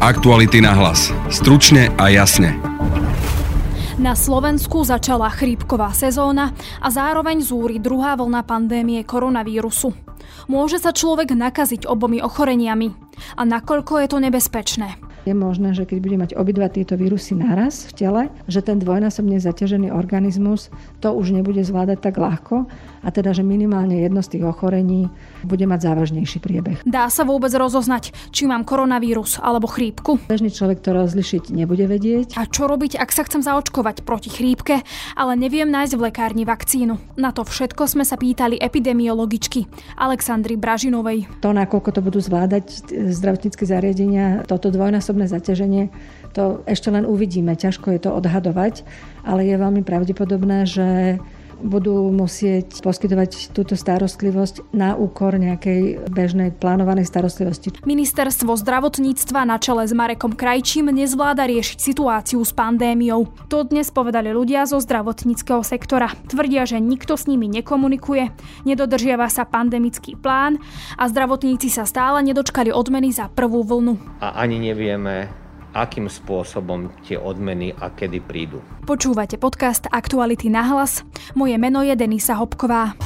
Aktuality na hlas. Stručne a jasne. Na Slovensku začala chrípková sezóna a zároveň zúri druhá vlna pandémie koronavírusu. Môže sa človek nakaziť obomi ochoreniami. A nakoľko je to nebezpečné? Je možné, že keď bude mať obidva tieto vírusy naraz v tele, že ten dvojnásobne zaťažený organizmus to už nebude zvládať tak ľahko a teda, že minimálne jedno z tých ochorení bude mať závažnejší priebeh. Dá sa vôbec rozoznať, či mám koronavírus alebo chrípku? Bežný človek to rozlišiť nebude vedieť. A čo robiť, ak sa chcem zaočkovať proti chrípke, ale neviem nájsť v lekárni vakcínu? Na to všetko sme sa pýtali epidemiologičky Alexandry Bražinovej. To, nakoľko to budú zvládať zdravotnícke zariadenia, toto dvojnásobné zaťaženie, to ešte len uvidíme. Ťažko je to odhadovať, ale je veľmi pravdepodobné, že budú musieť poskytovať túto starostlivosť na úkor nejakej bežnej plánovanej starostlivosti. Ministerstvo zdravotníctva na čele s Marekom Krajčím nezvláda riešiť situáciu s pandémiou. To dnes povedali ľudia zo zdravotníckeho sektora. Tvrdia, že nikto s nimi nekomunikuje, nedodržiava sa pandemický plán a zdravotníci sa stále nedočkali odmeny za prvú vlnu. A ani nevieme, akým spôsobom tie odmeny a kedy prídu. Počúvate podcast Aktuality na hlas. Moje meno je Denisa Hopková.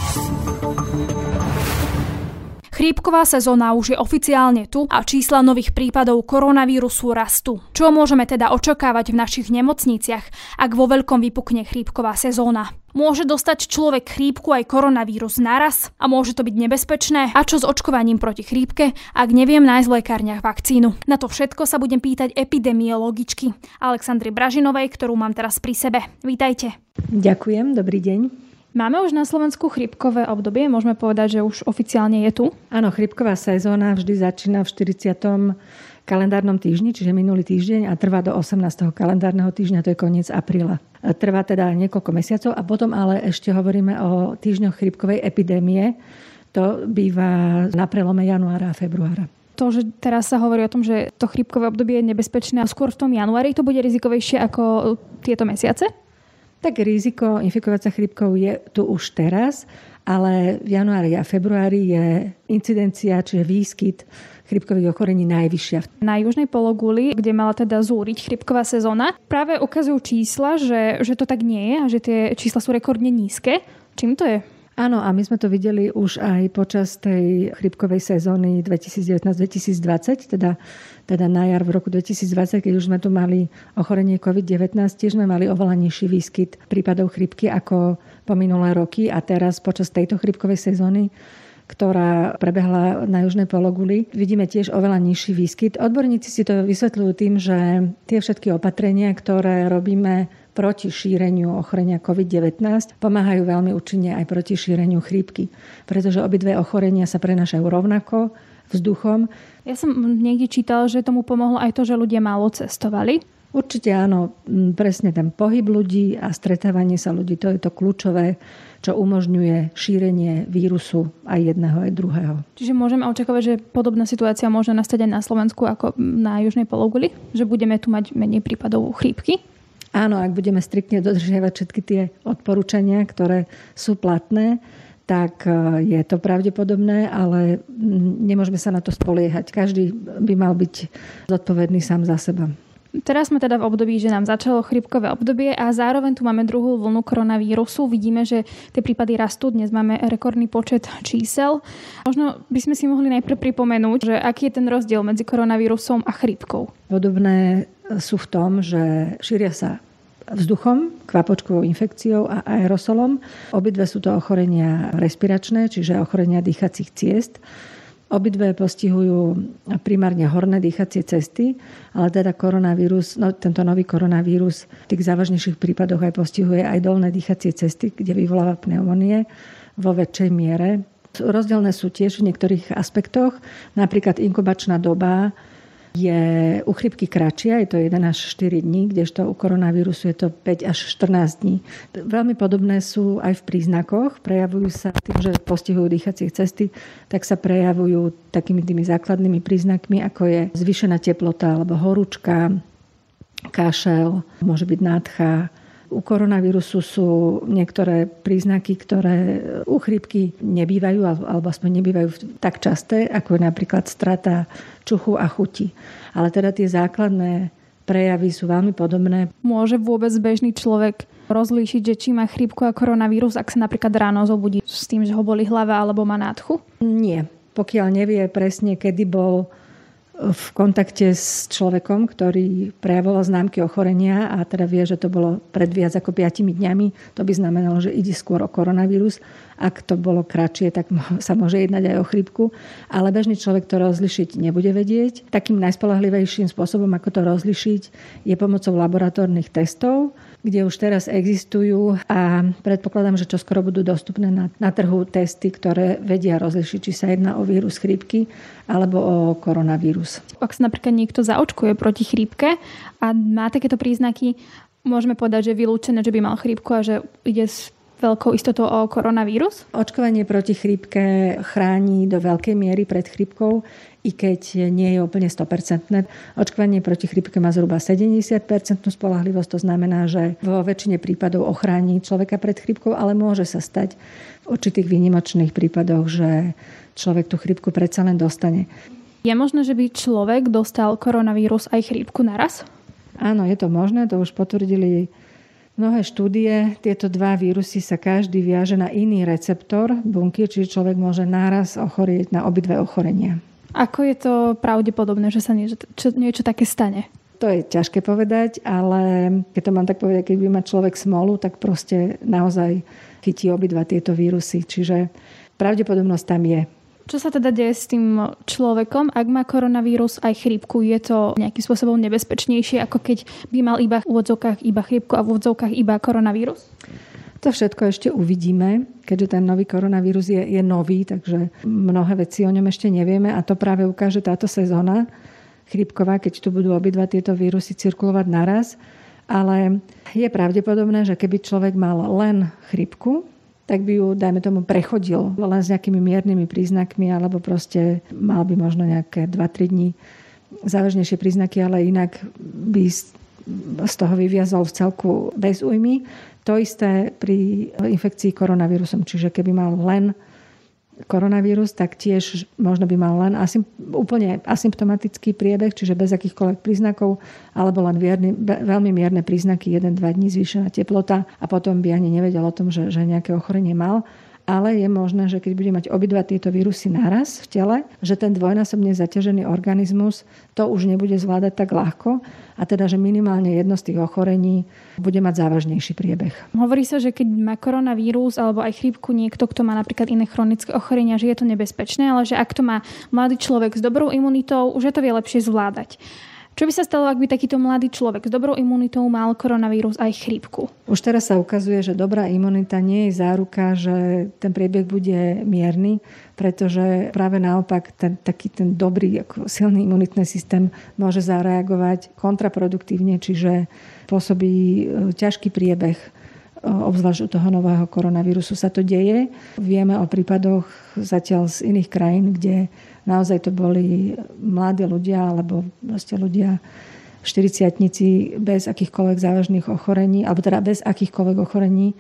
Chrípková sezóna už je oficiálne tu a čísla nových prípadov koronavírusu rastú. Čo môžeme teda očakávať v našich nemocniciach, ak vo veľkom vypukne chrípková sezóna? Môže dostať človek chrípku aj koronavírus naraz a môže to byť nebezpečné? A čo s očkovaním proti chrípke, ak neviem nájsť v lekárniach vakcínu? Na to všetko sa budem pýtať epidemiologičky Alexandry Bražinovej, ktorú mám teraz pri sebe. Vítajte. Ďakujem, dobrý deň. Máme už na Slovensku chrípkové obdobie, môžeme povedať, že už oficiálne je tu? Áno, chrípková sezóna vždy začína v 40. kalendárnom týždni, čiže minulý týždeň a trvá do 18. kalendárneho týždňa, to je koniec apríla. Trvá teda niekoľko mesiacov a potom ale ešte hovoríme o týždňoch chrípkovej epidémie. To býva na prelome januára a februára. To, že teraz sa hovorí o tom, že to chrípkové obdobie je nebezpečné a skôr v tom januári to bude rizikovejšie ako tieto mesiace? Tak riziko infikovať sa chrípkou je tu už teraz, ale v januári a februári je incidencia, čiže výskyt chrípkových ochorení najvyššia. Na južnej pologuli, kde mala teda zúriť chrípková sezóna, práve ukazujú čísla, že to tak nie je a že tie čísla sú rekordne nízke. Čím to je? Áno, a my sme to videli už aj počas tej chrípkovej sezóny 2019-2020, teda na jar v roku 2020, keď už sme tu mali ochorenie COVID-19, tiež sme mali oveľa nižší výskyt prípadov chrípky ako po minulé roky a teraz počas tejto chrípkovej sezóny, ktorá prebehla na južnej pologuli, vidíme tiež oveľa nižší výskyt. Odborníci si to vysvetľujú tým, že tie všetky opatrenia, ktoré robíme proti šíreniu ochorenia COVID-19 pomáhajú veľmi účinne aj proti šíreniu chrípky, pretože obidve ochorenia sa prenášajú rovnako vzduchom. Ja som niekde čítal, že tomu pomohlo aj to, že ľudia málo cestovali. Určite áno, presne ten pohyb ľudí a stretávanie sa ľudí, to je to kľúčové, čo umožňuje šírenie vírusu aj jedného, aj druhého. Čiže môžeme očakávať, že podobná situácia môže nastať aj na Slovensku ako na južnej pologuli? Že budeme tu mať menej prípadov chrípky? Áno, ak budeme striktne dodržiavať všetky tie odporúčania, ktoré sú platné, tak je to pravdepodobné, ale nemôžeme sa na to spoliehať. Každý by mal byť zodpovedný sám za seba. Teraz sme teda v období, že nám začalo chrípkové obdobie a zároveň tu máme druhú vlnu koronavírusu. Vidíme, že tie prípady rastú. Dnes máme rekordný počet čísel. Možno by sme si mohli najprv pripomenúť, že aký je ten rozdiel medzi koronavírusom a chrípkou. Podobné sú v tom, že šíria sa vzduchom, kvapočkovou infekciou a aerosolom. Obidve sú to ochorenia respiračné, čiže ochorenia dýchacích ciest. Obidve postihujú primárne horné dýchacie cesty, ale teda koronavírus, tento nový koronavírus v tých závažnejších prípadoch aj postihuje aj dolné dýchacie cesty, kde vyvoláva pneumónie vo väčšej miere. Rozdielne sú tiež v niektorých aspektoch, napríklad inkubačná doba je u chrípky kratšia, je to 1 až 4 dní, kdežto u koronavírusu je to 5 až 14 dní. Veľmi podobné sú aj v príznakoch, prejavujú sa tým, že postihujú dýchacie cesty, tak sa prejavujú takými tými základnými príznakmi, ako je zvýšená teplota alebo horúčka, kašel, môže byť nádcha, U koronavírusu sú niektoré príznaky, ktoré u chrípky nebývajú, alebo aspoň nebývajú tak časté, ako je napríklad strata čuchu a chuti. Ale teda tie základné prejavy sú veľmi podobné. Môže vôbec bežný človek rozlíšiť, že či má chrípku a koronavírus, ak sa napríklad ráno zobudí s tým, že ho bolí hlava alebo má nádchu? Nie. Pokiaľ nevie presne, kedy bol v kontakte s človekom, ktorý prejavoval známky ochorenia a teda vie, že to bolo pred viac ako 5 dňami, to by znamenalo, že ide skôr o koronavírus. Ak to bolo kratšie, tak sa môže jednať aj o chrípku. Ale bežný človek to rozlišiť nebude vedieť. Takým najspoľahlivejším spôsobom, ako to rozlišiť, je pomocou laboratórnych testov, kde už teraz existujú a predpokladám, že čoskoro budú dostupné na trhu testy, ktoré vedia rozlišiť, či sa jedná o vírus chrípky alebo o koronavírus. Ak sa napríklad niekto zaočkuje proti chrípke a má takéto príznaky, môžeme povedať, že je vylúčené, že by mal chrípku a že ide s veľkou istotou o koronavírus? Očkovanie proti chrípke chráni do veľkej miery pred chrípkou, i keď nie je úplne 100%. Očkovanie proti chrípke má zhruba 70% spoľahlivosť, to znamená, že vo väčšine prípadov ochráni človeka pred chrípkou, ale môže sa stať v určitých výnimočných prípadoch, že človek tú chrípku predsa len dostane. Je možné, že by človek dostal koronavírus aj chrípku naraz? Áno, je to možné, to už potvrdili mnohé štúdie. Tieto dva vírusy sa každý viaže na iný receptor bunky, čiže človek môže naraz ochorieť na obidve ochorenia. Ako je to pravdepodobné, že sa niečo také stane? To je ťažké povedať, ale keď to mám tak povedať, keď by mať človek smolu, tak proste naozaj chytí obidva tieto vírusy. Čiže pravdepodobnosť tam je. Čo sa teda deje s tým človekom, ak má koronavírus aj chrípku? Je to nejakým spôsobom nebezpečnejšie, ako keď by mal iba v úvodzovkách iba chrípku a v úvodzovkách iba koronavírus? To všetko ešte uvidíme, keďže ten nový koronavírus je nový, takže mnohé veci o ňom ešte nevieme a to práve ukáže táto sezóna chrípková, keď tu budú obidva tieto vírusy cirkulovať naraz. Ale je pravdepodobné, že keby človek mal len chrípku, tak by ju, dajme tomu, prechodil len s nejakými miernymi príznakmi alebo proste mal by možno nejaké 2-3 dní závažnejšie príznaky, ale inak by z toho vyviazol v celku bez újmy. To isté pri infekcii koronavírusom. Čiže keby mal len koronavírus, tak tiež možno by mal len úplne asymptomatický priebeh, čiže bez akýchkoľvek príznakov, alebo len veľmi mierne príznaky, 1-2 dní zvýšená teplota a potom by ani nevedel o tom, že nejaké ochorenie mal. Ale je možné, že keď bude mať obidva tieto vírusy naraz v tele, že ten dvojnásobne zaťažený organizmus to už nebude zvládať tak ľahko a teda, že minimálne jedno z tých ochorení bude mať závažnejší priebeh. Hovorí sa, že keď má koronavírus alebo aj chrípku niekto, kto má napríklad iné chronické ochorenia, že je to nebezpečné, ale že ak to má mladý človek s dobrou imunitou, už je to vie lepšie zvládať. Čo by sa stalo, ak by takýto mladý človek s dobrou imunitou mal koronavírus aj chrípku? Už teraz sa ukazuje, že dobrá imunita nie je záruka, že ten priebeh bude mierny, pretože práve naopak ten dobrý, silný imunitný systém môže zareagovať kontraproduktívne, čiže pôsobí ťažký priebeh. Obzvlášť u toho nového koronavírusu sa to deje. Vieme o prípadoch zatiaľ z iných krajín, kde naozaj to boli mladí ľudia alebo proste ľudia 40-tnici bez akýchkoľvek závažných ochorení alebo teda bez akýchkoľvek ochorení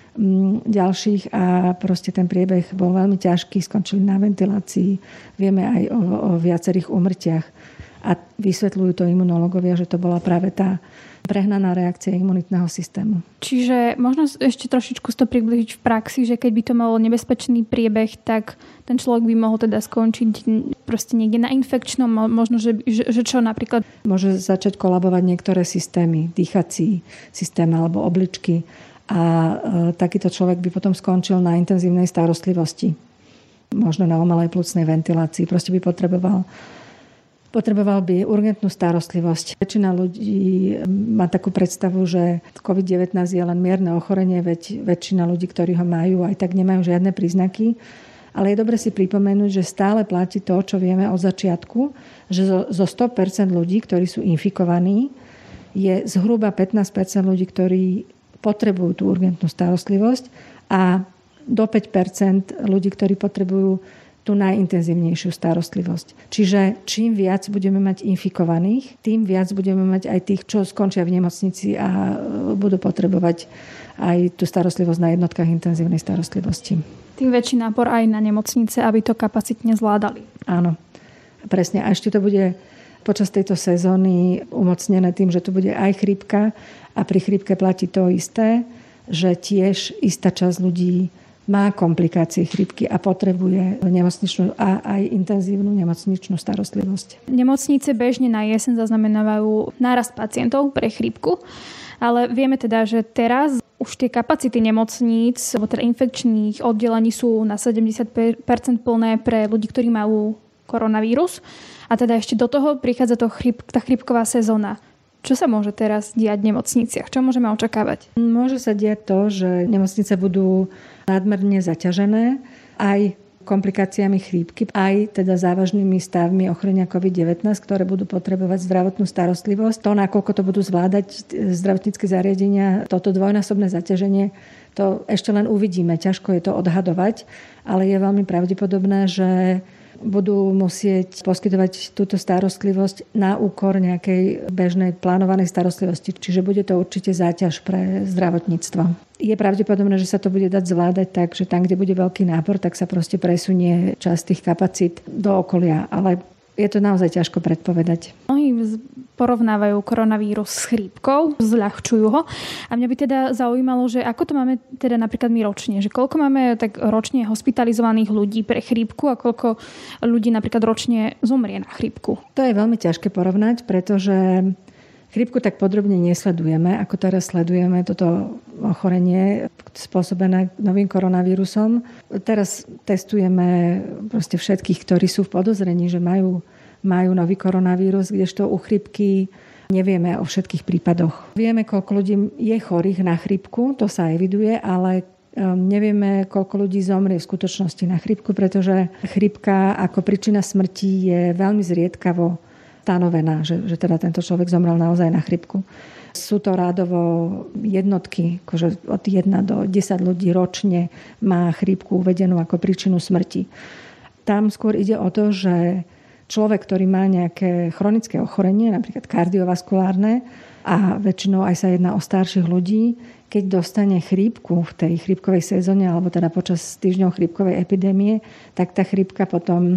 ďalších a proste ten priebeh bol veľmi ťažký, skončili na ventilácii. Vieme aj o viacerých úmrtiach a vysvetľujú to imunológovia, že to bola práve tá prehnaná reakcia imunitného systému. Čiže možno ešte trošičku to približiť v praxi, že keď by to malo nebezpečný priebeh, tak ten človek by mohol teda skončiť proste niekde na infekčnom, možno, že čo napríklad? Môže začať kolabovať niektoré systémy, dýchací systém alebo obličky a takýto človek by potom skončil na intenzívnej starostlivosti. Možno na umelej pľucnej ventilácii. Proste by potreboval by urgentnú starostlivosť. Väčšina ľudí má takú predstavu, že COVID-19 je len mierne ochorenie, veď väčšina ľudí, ktorí ho majú, aj tak nemajú žiadne príznaky. Ale je dobre si pripomenúť, že stále platí to, čo vieme od začiatku, že zo 100% ľudí, ktorí sú infikovaní, je zhruba 15% ľudí, ktorí potrebujú tú urgentnú starostlivosť a do 5% ľudí, ktorí potrebujú tú najintenzívnejšiu starostlivosť. Čiže čím viac budeme mať infikovaných, tým viac budeme mať aj tých, čo skončia v nemocnici a budú potrebovať aj tú starostlivosť na jednotkách intenzívnej starostlivosti. Tým väčší nápor aj na nemocnice, aby to kapacitne zvládali. Áno, presne. A ešte to bude počas tejto sezóny umocnené tým, že tu bude aj chrípka a pri chrípke platí to isté, že tiež istá časť ľudí má komplikácie chrípky a potrebuje nemocničnú a aj intenzívnu nemocničnú starostlivosť. Nemocnice bežne na jeseň zaznamenávajú nárast pacientov pre chrípku, ale vieme teda, že teraz už tie kapacity nemocníc, alebo teda infekčných oddelení sú na 70% plné pre ľudí, ktorí majú koronavírus. A teda ešte do toho prichádza tá chrípková sezóna. Čo sa môže teraz diať v nemocniciach? Čo môžeme očakávať? Môže sa diať to, že nemocnice budú nadmerne zaťažené aj komplikáciami chrípky, aj teda závažnými stavmi ochorenia COVID-19, ktoré budú potrebovať zdravotnú starostlivosť. To, nakoľko to budú zvládať zdravotnícke zariadenia, toto dvojnásobné zaťaženie, to ešte len uvidíme. Ťažko je to odhadovať, ale je veľmi pravdepodobné, že budú musieť poskytovať túto starostlivosť na úkor nejakej bežnej plánovanej starostlivosti. Čiže bude to určite záťaž pre zdravotníctvo. Je pravdepodobné, že sa to bude dať zvládať tak, že tam, kde bude veľký nápor, tak sa proste presunie časť tých kapacít do okolia. Ale je to naozaj ťažko predpovedať. Oni porovnávajú koronavírus s chrípkou, zľahčujú ho. A mňa by teda zaujímalo, že ako to máme teda napríklad my ročne. Že koľko máme tak ročne hospitalizovaných ľudí pre chrípku a koľko ľudí napríklad ročne zomrie na chrípku. To je veľmi ťažké porovnať, pretože chrípku tak podrobne nesledujeme, ako teraz sledujeme toto ochorenie spôsobené novým koronavírusom. Teraz testujeme proste všetkých, ktorí sú v podozrení, že majú nový koronavírus, kdežto u chrípky nevieme o všetkých prípadoch. Vieme, koľko ľudí je chorých na chrípku, to sa eviduje, ale nevieme, koľko ľudí zomrie v skutočnosti na chrípku, pretože chrípka ako príčina smrti je veľmi zriedkavo stanovená, že teda tento človek zomrel naozaj na chrípku. Sú to rádovo jednotky, akože od 1 do 10 ľudí ročne má chrípku uvedenú ako príčinu smrti. Tam skôr ide o to, že človek, ktorý má nejaké chronické ochorenie, napríklad kardiovaskulárne, a väčšinou aj sa jedná o starších ľudí, keď dostane chrípku v tej chrípkovej sezóne alebo teda počas týždňov chrípkovej epidémie, tak tá chrípka potom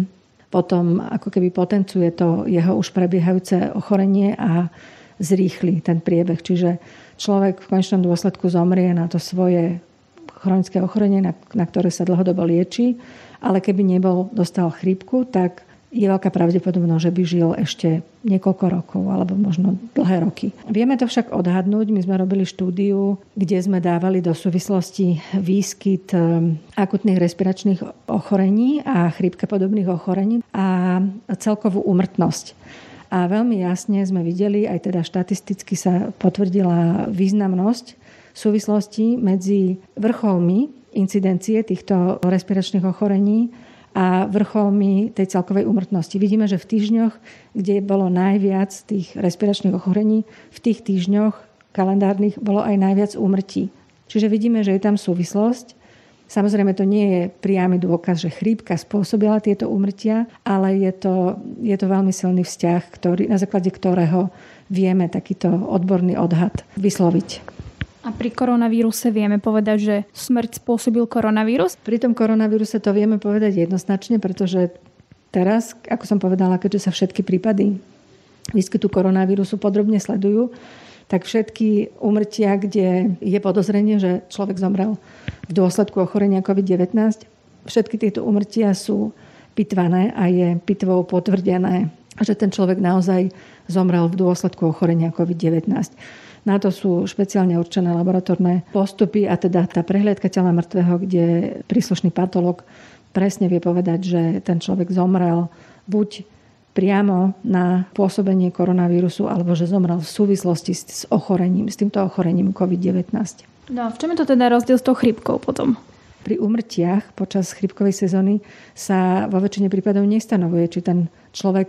ako keby potenciuje to jeho už prebiehajúce ochorenie a zrýchli ten priebeh. Čiže človek v konečnom dôsledku zomrie na to svoje chronické ochorenie, na ktoré sa dlhodobo lieči, ale keby dostal chrípku, tak je veľká pravdepodobnosť, že by žil ešte niekoľko rokov alebo možno dlhé roky. Vieme to však odhadnúť. My sme robili štúdiu, kde sme dávali do súvislosti výskyt akutných respiračných ochorení a chrípke podobných ochorení a celkovú úmrtnosť. A veľmi jasne sme videli, aj teda štatisticky sa potvrdila významnosť súvislosti medzi vrcholmi incidencie týchto respiračných ochorení a vrcholmi tej celkovej úmrtnosti. Vidíme, že v týždňoch, kde bolo najviac tých respiračných ochorení, v tých týždňoch kalendárnych bolo aj najviac úmrtí. Čiže vidíme, že je tam súvislosť. Samozrejme, to nie je priamy dôkaz, že chrípka spôsobila tieto úmrtia, ale je to veľmi silný vzťah, na základe ktorého vieme takýto odborný odhad vysloviť. A pri koronavíruse vieme povedať, že smrť spôsobil koronavírus? Pri tom koronavíruse to vieme povedať jednoznačne, pretože teraz, ako som povedala, keďže sa všetky prípady výskytu koronavírusu podrobne sledujú, tak všetky úmrtia, kde je podozrenie, že človek zomrel v dôsledku ochorenia COVID-19, všetky tieto úmrtia sú pitvané a je pitvou potvrdené, že ten človek naozaj zomrel v dôsledku ochorenia COVID-19. Na to sú špeciálne určené laboratórne postupy a teda tá prehliadka tela mŕtvého, kde príslušný patológ presne vie povedať, že ten človek zomrel buď priamo na pôsobenie koronavírusu, alebo že zomrel v súvislosti s týmto ochorením COVID-19. No, v čom je to teda rozdiel s tou chrípkou potom? Pri úmrtiach počas chrípkovej sezóny sa vo väčšine prípadov nestanovuje, či ten človek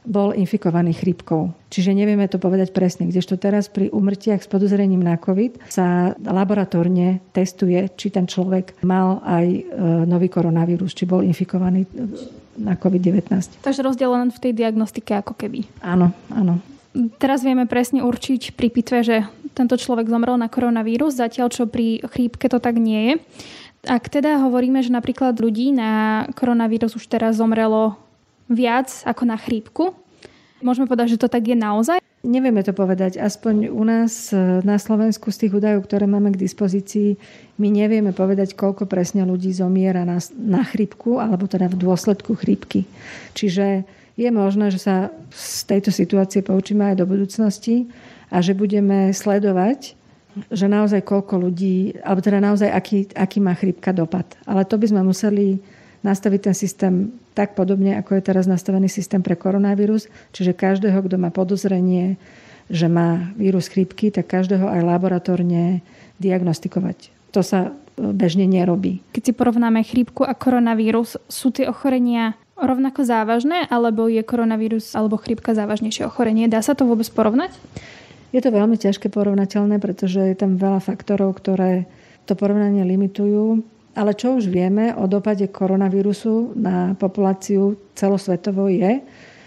bol infikovaný chrípkou. Čiže nevieme to povedať presne, kdežto teraz pri úmrtiach s podozrením na COVID sa laboratórne testuje, či ten človek mal aj nový koronavírus, či bol infikovaný na COVID-19. Takže rozdiel len v tej diagnostike ako keby. Áno, áno. Teraz vieme presne určiť pri pitve, že tento človek zomrel na koronavírus, zatiaľ čo pri chrípke to tak nie je. Ak teda hovoríme, že napríklad ľudí na koronavírus už teraz zomrelo viac ako na chrípku, môžeme povedať, že to tak je naozaj? Nevieme to povedať. Aspoň u nás na Slovensku z tých údajov, ktoré máme k dispozícii, my nevieme povedať, koľko presne ľudí zomiera na chrípku, alebo teda v dôsledku chrípky. Čiže je možné, že sa z tejto situácie poučíme aj do budúcnosti a že budeme sledovať, že naozaj koľko ľudí, alebo teda naozaj aký má chrípka dopad. Ale to by sme museli nastaviť ten systém tak podobne, ako je teraz nastavený systém pre koronavírus. Čiže každého, kto má podozrenie, že má vírus chrípky, tak každého aj laboratórne diagnostikovať. To sa bežne nerobí. Keď si porovnáme chrípku a koronavírus, sú tie ochorenia rovnako závažné, alebo je koronavírus alebo chrípka závažnejšie ochorenie? Dá sa to vôbec porovnať? Je to veľmi ťažké porovnateľné, pretože je tam veľa faktorov, ktoré to porovnanie limitujú. Ale čo už vieme o dopade koronavírusu na populáciu celosvetovo je,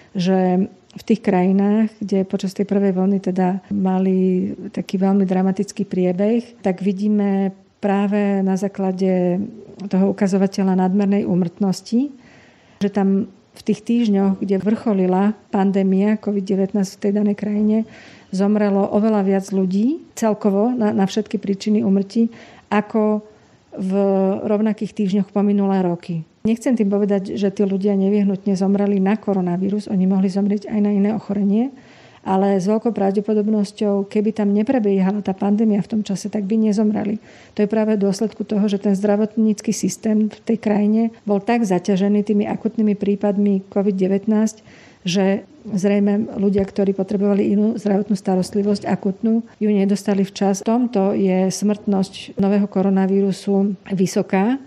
že v tých krajinách, kde počas tej prvej vlny teda mali taký veľmi dramatický priebeh, tak vidíme práve na základe toho ukazovateľa nadmernej úmrtnosti, že tam v tých týždňoch, kde vrcholila pandémia COVID-19 v tej danej krajine, zomrelo oveľa viac ľudí celkovo na všetky príčiny úmrtí, ako v rovnakých týždňoch po minulé roky. Nechcem tým povedať, že tí ľudia nevyhnutne zomreli na koronavírus, oni mohli zomrieť aj na iné ochorenie, ale s veľkou pravdepodobnosťou, keby tam neprebiehala tá pandémia v tom čase, tak by nezomreli. To je práve v dôsledku toho, že ten zdravotnícky systém v tej krajine bol tak zaťažený tými akutnými prípadmi COVID-19, že zrejme ľudia, ktorí potrebovali inú zdravotnú starostlivosť, akutnú, ju nedostali včas. V tomto je smrtnosť nového koronavírusu vysoká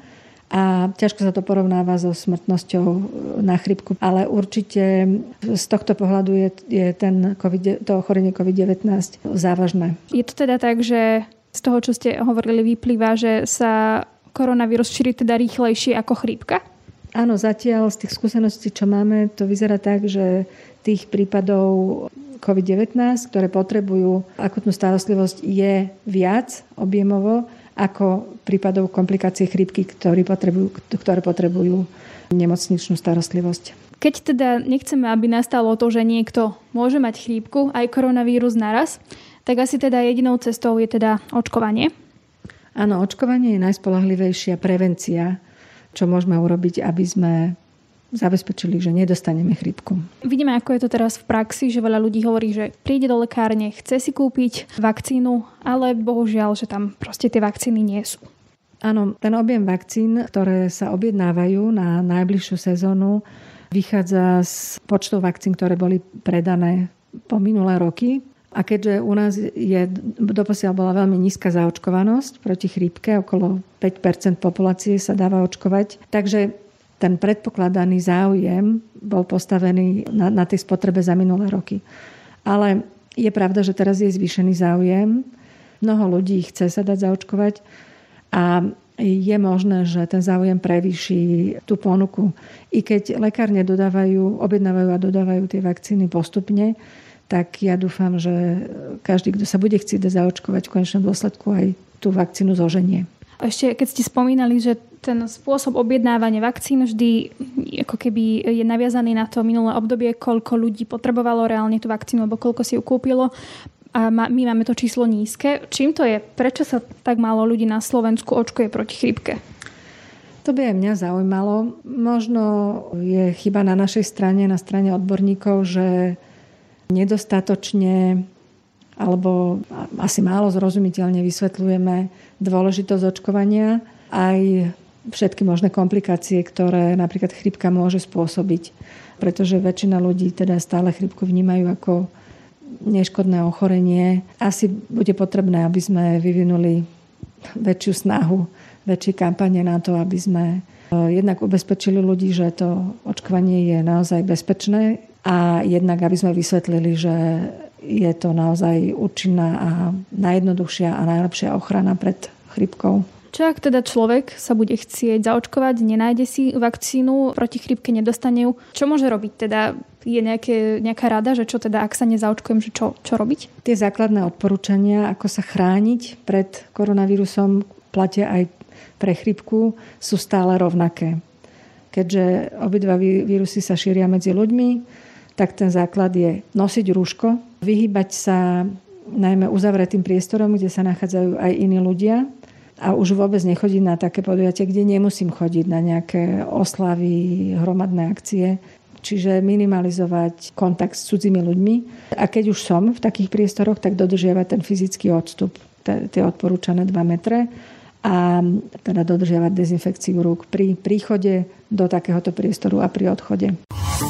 a ťažko sa to porovnáva so smrtnosťou na chrípku. Ale určite z tohto pohľadu je to ochorenie COVID-19 závažné. Je to teda tak, že z toho, čo ste hovorili, vyplýva, že sa koronavírus šíri teda rýchlejšie ako chrípka? Áno, zatiaľ z tých skúseností, čo máme, to vyzerá tak, že tých prípadov COVID-19, ktoré potrebujú akutnú starostlivosť, je viac objemovo ako prípadov komplikácie chrípky, ktoré potrebujú nemocničnú starostlivosť. Keď teda nechceme, aby nastalo to, že niekto môže mať chrípku, aj koronavírus naraz, tak asi teda jedinou cestou je teda očkovanie? Áno, očkovanie je najspoľahlivejšia prevencia, čo môžeme urobiť, aby sme zabezpečili, že nedostaneme chrípku. Vidíme, ako je to teraz v praxi, že veľa ľudí hovorí, že príde do lekárne, chce si kúpiť vakcínu, ale bohužiaľ, že tam proste tie vakcíny nie sú. Áno, ten objem vakcín, ktoré sa objednávajú na najbližšiu sezónu, vychádza z počtov vakcín, ktoré boli predané po minulé roky. A keďže u nás doposiaľ bola veľmi nízka zaočkovanosť proti chrípke, okolo 5% populácie sa dáva očkovať, takže ten predpokladaný záujem bol postavený na tej spotrebe za minulé roky. Ale je pravda, že teraz je zvýšený záujem. Mnoho ľudí chce sa dať zaočkovať a je možné, že ten záujem prevýši tú ponuku. I keď lekárne objednávajú a dodávajú tie vakcíny postupne, tak ja dúfam, že každý, kto sa bude chcieť zaočkovať, v konečnom dôsledku aj tú vakcínu zoženie. A ešte, keď ste spomínali, že ten spôsob objednávania vakcín vždy ako keby je naviazaný na to minulé obdobie, koľko ľudí potrebovalo reálne tú vakcínu, alebo koľko si ju kúpilo. A my máme to číslo nízke. Čím to je? Prečo sa tak málo ľudí na Slovensku očkuje proti chrípke? To by aj mňa zaujímalo. Možno je chyba na našej strane, na strane odborníkov, že nedostatočne alebo asi málo zrozumiteľne vysvetľujeme dôležitosť očkovania aj všetky možné komplikácie, ktoré napríklad chrípka môže spôsobiť. Pretože väčšina ľudí teda stále chrípku vnímajú ako neškodné ochorenie. Asi bude potrebné, aby sme vyvinuli väčšiu snahu, väčšie kampane na to, aby sme jednak ubezpečili ľudí, že to očkovanie je naozaj bezpečné a jednak, aby sme vysvetlili, že je to naozaj účinná a najjednoduchšia a najlepšia ochrana pred chrípkou. Čo ak teda človek sa bude chcieť zaočkovať, nenájde si vakcínu, proti chrípke nedostane ju, čo môže robiť? Teda je nejaká rada, že čo teda, ak sa nezaočkujem, že čo robiť? Tie základné odporúčania, ako sa chrániť pred koronavírusom, platia aj pre chrípku, sú stále rovnaké. Keďže obidva vírusy sa šíria medzi ľuďmi, tak ten základ je nosiť rúško, vyhýbať sa najmä uzavretým priestorom, kde sa nachádzajú aj iní ľudia, a už vôbec nechodiť na také podujatia, kde nemusím chodiť na nejaké oslavy, hromadné akcie. Čiže minimalizovať kontakt s cudzými ľuďmi. A keď už som v takých priestoroch, tak dodržiavať ten fyzický odstup, tie odporúčané 2 metre a teda dodržiavať dezinfekciu rúk pri príchode do takéhoto priestoru a pri odchode.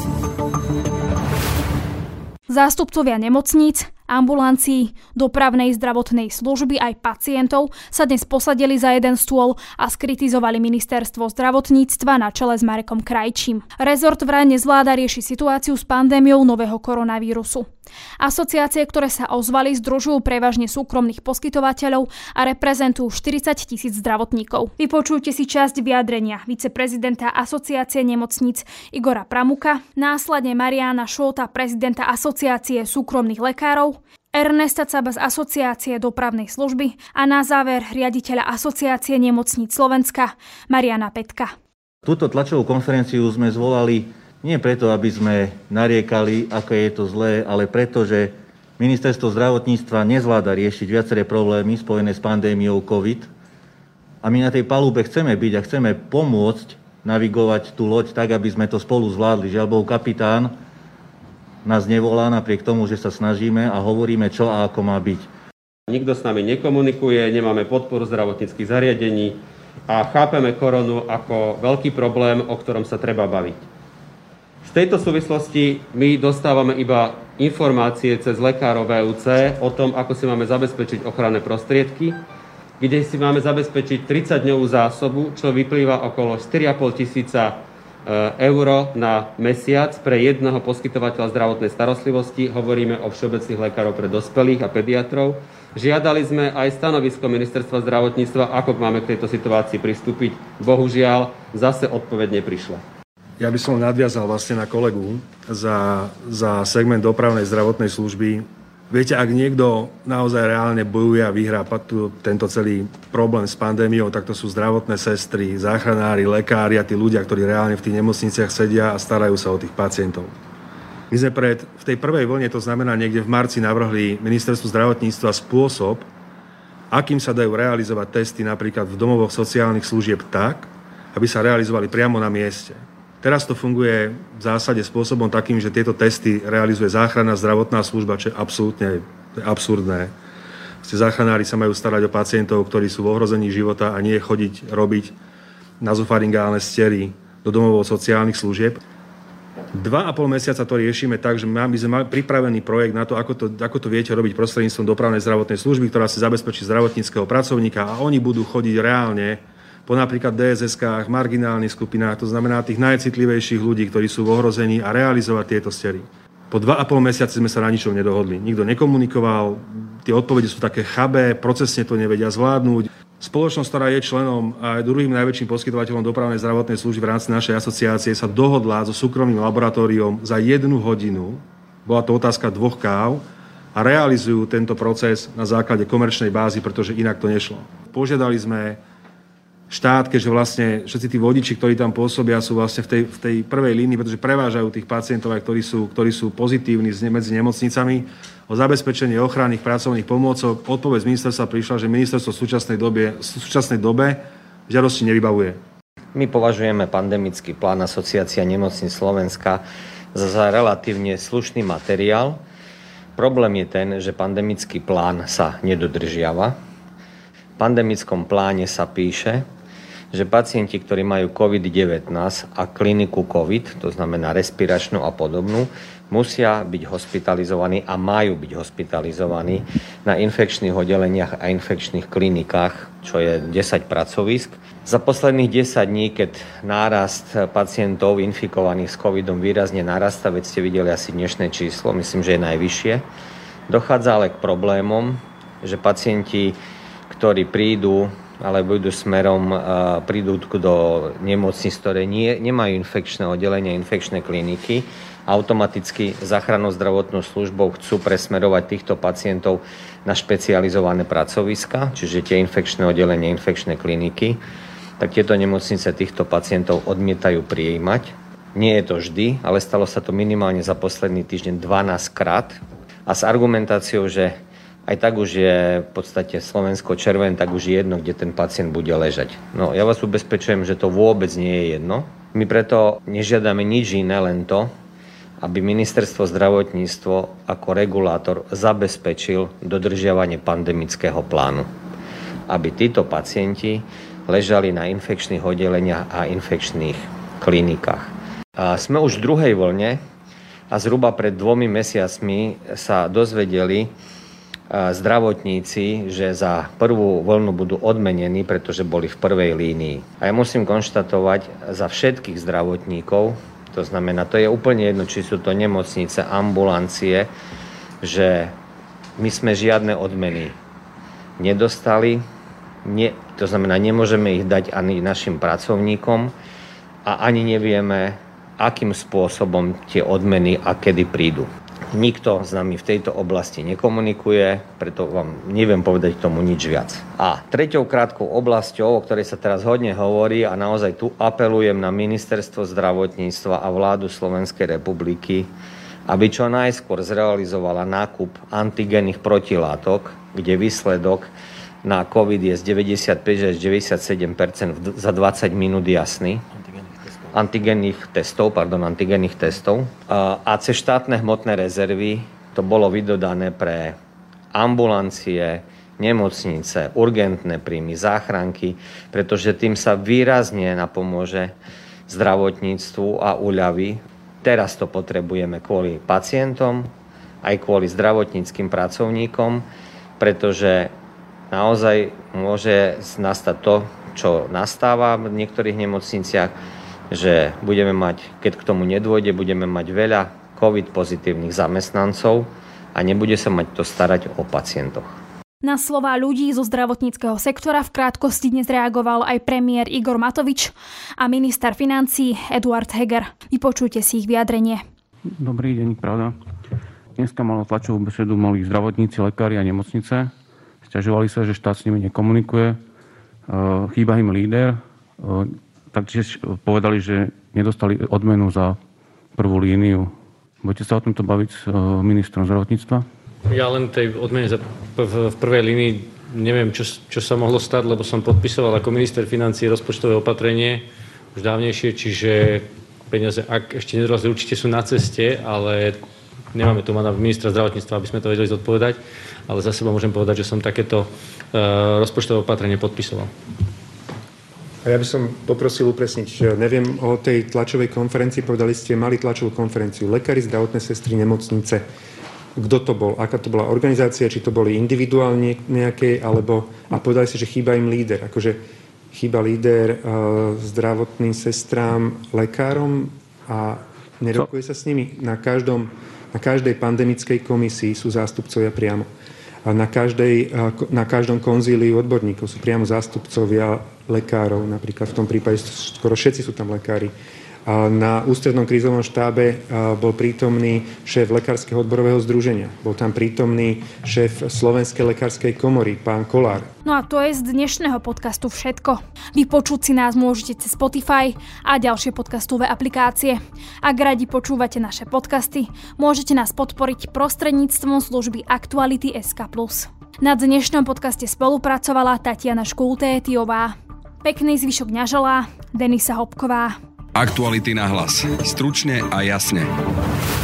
Zástupcovia nemocníc, ambulancií, dopravnej zdravotnej služby aj pacientov sa dnes posadili za jeden stôl a skritizovali ministerstvo zdravotníctva na čele s Marekom Krajčím. Rezort vraj nezvláda riešiť situáciu s pandémiou nového koronavírusu. Asociácie, ktoré sa ozvali, združujú prevažne súkromných poskytovateľov a reprezentujú 40 000 zdravotníkov. Vypočujte si časť vyjadrenia viceprezidenta Asociácie nemocníc Igora Pramuka, následne Mariána Šolta, prezidenta Asociácie súkromných lekárov, Ernesta Caba z Asociácie dopravnej služby a na záver riaditeľa Asociácie nemocníc Slovenska Mariana Petka. Túto tlačovú konferenciu sme zvolali nie preto, aby sme nariekali, ako je to zlé, ale preto, že ministerstvo zdravotníctva nezvláda riešiť viaceré problémy spojené s pandémiou COVID. A my na tej palube chceme byť a chceme pomôcť navigovať tú loď tak, aby sme to spolu zvládli. Žiaľ Bohu, kapitán nás nevolá napriek tomu, že sa snažíme a hovoríme, čo a ako má byť. Nikto s nami nekomunikuje, nemáme podporu zdravotníckych zariadení a chápeme koronu ako veľký problém, o ktorom sa treba baviť. V tejto súvislosti my dostávame iba informácie cez lekárov VUC o tom, ako si máme zabezpečiť ochranné prostriedky, kde si máme zabezpečiť 30-dňovú zásobu, čo vyplýva okolo 4,5 tisíca eur na mesiac pre jedného poskytovateľa zdravotnej starostlivosti. Hovoríme o všeobecných lekárov pre dospelých a pediatrov. Žiadali sme aj stanovisko ministerstva zdravotníctva, ako máme k tejto situácii pristúpiť. Bohužiaľ, zase odpoveď neprišla. Ja by som nadviazal vlastne na kolegu za segment dopravnej zdravotnej služby. Viete, ak niekto naozaj reálne bojuje a vyhrá tento celý problém s pandémiou, tak to sú zdravotné sestry, záchranári, lekári a tí ľudia, ktorí reálne v tých nemocniciach sedia a starajú sa o tých pacientov. My sme v tej prvej vlne, to znamená niekde v marci, navrhli ministerstvu zdravotníctva spôsob, akým sa dajú realizovať testy napríklad v domovoch sociálnych služieb tak, aby sa realizovali priamo na mieste. Teraz to funguje v zásade spôsobom takým, že tieto testy realizuje záchranná zdravotná služba, čo je absolútne absurdné. Záchranári sa majú starať o pacientov, ktorí sú v ohrození života a nie chodiť robiť nazofaringálne stery do domovov sociálnych služieb. 2,5 mesiaca to riešime tak, že my sme mali pripravený projekt na to, ako to viete robiť prostredníctvom dopravnej zdravotnej služby, ktorá si zabezpečí zdravotníckeho pracovníka a oni budú chodiť reálne po napríklad DSS-kách, marginálnych skupinách, to znamená tých najcitlivejších ľudí, ktorí sú v ohrození a realizovať tieto stery. Po 2,5 mesiaci sme sa na ničom nedohodli. Nikto nekomunikoval, tie odpovede sú také chabé, procesne to nevedia zvládnuť. Spoločnosť, ktorá je členom a druhým najväčším poskytovateľom dopravnej zdravotnej služby v rámci našej asociácie, sa dohodla so súkromným laboratóriom za 1 hodinu, bola to otázka 2 káv, a realizujú tento proces na základe komerčnej bázy, pretože inak to nešlo. Požiadali sme štát, keďže vlastne všetci tí vodiči, ktorí tam pôsobia, sú vlastne v tej prvej línii, pretože prevážajú tých pacientov, ktorí sú pozitívni medzi nemocnicami, o zabezpečenie ochranných pracovných pomôcok. Odpoveď z ministerstva prišla, že ministerstvo v súčasnej dobe žiadosti nevybavuje. My považujeme pandemický plán Asociácia nemocníc Slovenska za relatívne slušný materiál. Problém je ten, že pandemický plán sa nedodržiava. V pandemickom pláne sa píše, že pacienti, ktorí majú COVID-19 a kliniku COVID, to znamená respiračnú a podobnú, musia byť hospitalizovaní a majú byť hospitalizovaní na infekčných oddeleniach a infekčných klinikách, čo je 10 pracovísk. Za posledných 10 dní, keď nárast pacientov infikovaných s covidom výrazne narastá, veď ste videli asi dnešné číslo, myslím, že je najvyššie, dochádza ale k problémom, že pacienti, ktorí prídu alebo idú smerom, prídu do nemocníc, ktoré nemajú infekčné oddelenie, infekčné kliniky, automaticky záchrannou zdravotnou službou chcú presmerovať týchto pacientov na špecializované pracoviska, čiže tie infekčné oddelenie, infekčné kliniky, tak tieto nemocnice týchto pacientov odmietajú prijímať. Nie je to vždy, ale stalo sa to minimálne za posledný týždeň 12 krát a s argumentáciou, že aj tak už je v podstate Slovensko červené, tak už je jedno, kde ten pacient bude ležať. No, ja vás ubezpečujem, že to vôbec nie je jedno. My preto nežiadame nič iné, len to, aby ministerstvo zdravotníctvo ako regulátor zabezpečil dodržiavanie pandemického plánu. Aby títo pacienti ležali na infekčných oddeleniach a infekčných klinikách. A sme už v druhej vlne a zhruba pred 2 mesiacmi sa dozvedeli zdravotníci, že za prvú vlnu budú odmenení, pretože boli v prvej línii. A ja musím konštatovať za všetkých zdravotníkov, to znamená, to je úplne jedno, či sú to nemocnice, ambulancie, že my sme žiadne odmeny nedostali, to znamená, nemôžeme ich dať ani našim pracovníkom a ani nevieme, akým spôsobom tie odmeny a kedy prídu. Nikto s nami v tejto oblasti nekomunikuje, preto vám neviem povedať k tomu nič viac. A treťou krátkou oblasťou, o ktorej sa teraz hodne hovorí a naozaj tu apelujem na ministerstvo zdravotníctva a vládu Slovenskej republiky, aby čo najskôr zrealizovala nákup antigénnych protilátok, kde výsledok na COVID je z 95 až 97% za 20 minút jasný. Antigénnych testov. A cez štátne hmotné rezervy to bolo vydodané pre ambulancie, nemocnice, urgentné príjmy, záchranky, pretože tým sa výrazne napomôže zdravotníctvu a uľaví. Teraz to potrebujeme kvôli pacientom, aj kvôli zdravotníckym pracovníkom, pretože naozaj môže nastať to, čo nastáva v niektorých nemocniciach, že budeme mať, keď k tomu nedôjde, budeme mať veľa COVID pozitívnych zamestnancov a nebude sa mať to starať o pacientoch. Na slová ľudí zo zdravotníckeho sektora v krátkosti dnes reagoval aj premiér Igor Matovič a minister financií Eduard Heger. Vypočujte si ich vyjadrenie. Dobrý deň, pravda. Dneska malo tlačovú besedu mali zdravotníci, lekári a nemocnice. Sťažovali sa, že štát s nimi nekomunikuje, chýba im líder. Taktiež povedali, že nedostali odmenu za prvú líniu. Budete sa o tomto baviť s ministrom zdravotníctva? Ja len tej odmene v prvej línii neviem, čo sa mohlo stať, lebo som podpisoval ako minister financií rozpočtové opatrenie už dávnejšie, čiže peniaze, ak ešte nedorazili, určite sú na ceste, ale nemáme tu mandát ministra zdravotníctva, aby sme to vedeli zodpovedať, ale za seba môžem povedať, že som takéto rozpočtové opatrenie podpisoval. A ja by som poprosil upresniť, neviem o tej tlačovej konferencii, povedali ste, mali tlačovú konferenciu lekári, zdravotné sestry, nemocnice. Kto to bol? Aká to bola organizácia? Či to boli individuálne nejaké? Alebo, a povedali ste, že chýba im líder. Akože chýba líder zdravotným sestrám, lekárom a nerokuje sa s nimi? Na každej pandemickej komisii sú zástupcovia priamo. A na každom konzíliu odborníkov sú priamo zástupcovia lekárov, napríklad v tom prípade skoro všetci sú tam lekári. A na ústrednom krízovom štábe bol prítomný šéf Lekárskeho odborového združenia. Bol tam prítomný šéf Slovenskej lekárskej komory, pán Kolár. No a to je z dnešného podcastu všetko. Vypočuť si nás môžete cez Spotify a ďalšie podcastové aplikácie. Ak radi počúvate naše podcasty, môžete nás podporiť prostredníctvom služby Aktuality.sk+. Na dnešnom podcaste spolupracovala Tatiana Škultétiová. Pekný zvyšok dňa želá Denisa Hopková. Aktuality na hlas. Stručne a jasne.